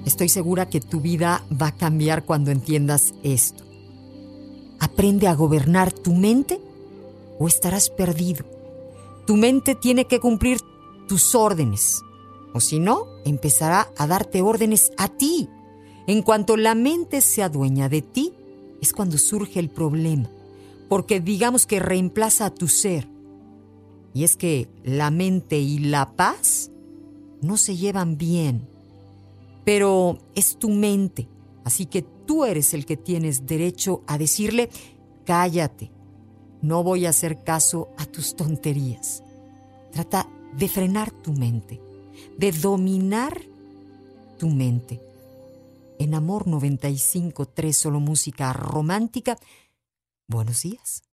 Estoy segura que tu vida va a cambiar cuando entiendas esto. Aprende a gobernar tu mente o estarás perdido. Tu mente tiene que cumplir tus órdenes, o si no, empezará a darte órdenes a ti. En cuanto la mente se adueña de ti, es cuando surge el problema, porque digamos que reemplaza a tu ser. Y es que la mente y la paz no se llevan bien, pero es tu mente, así que tú eres el que tienes derecho a decirle: cállate, no voy a hacer caso a tus tonterías. Trata de frenar tu mente, de dominar tu mente. En Amor 95.3, solo música romántica. Buenos días.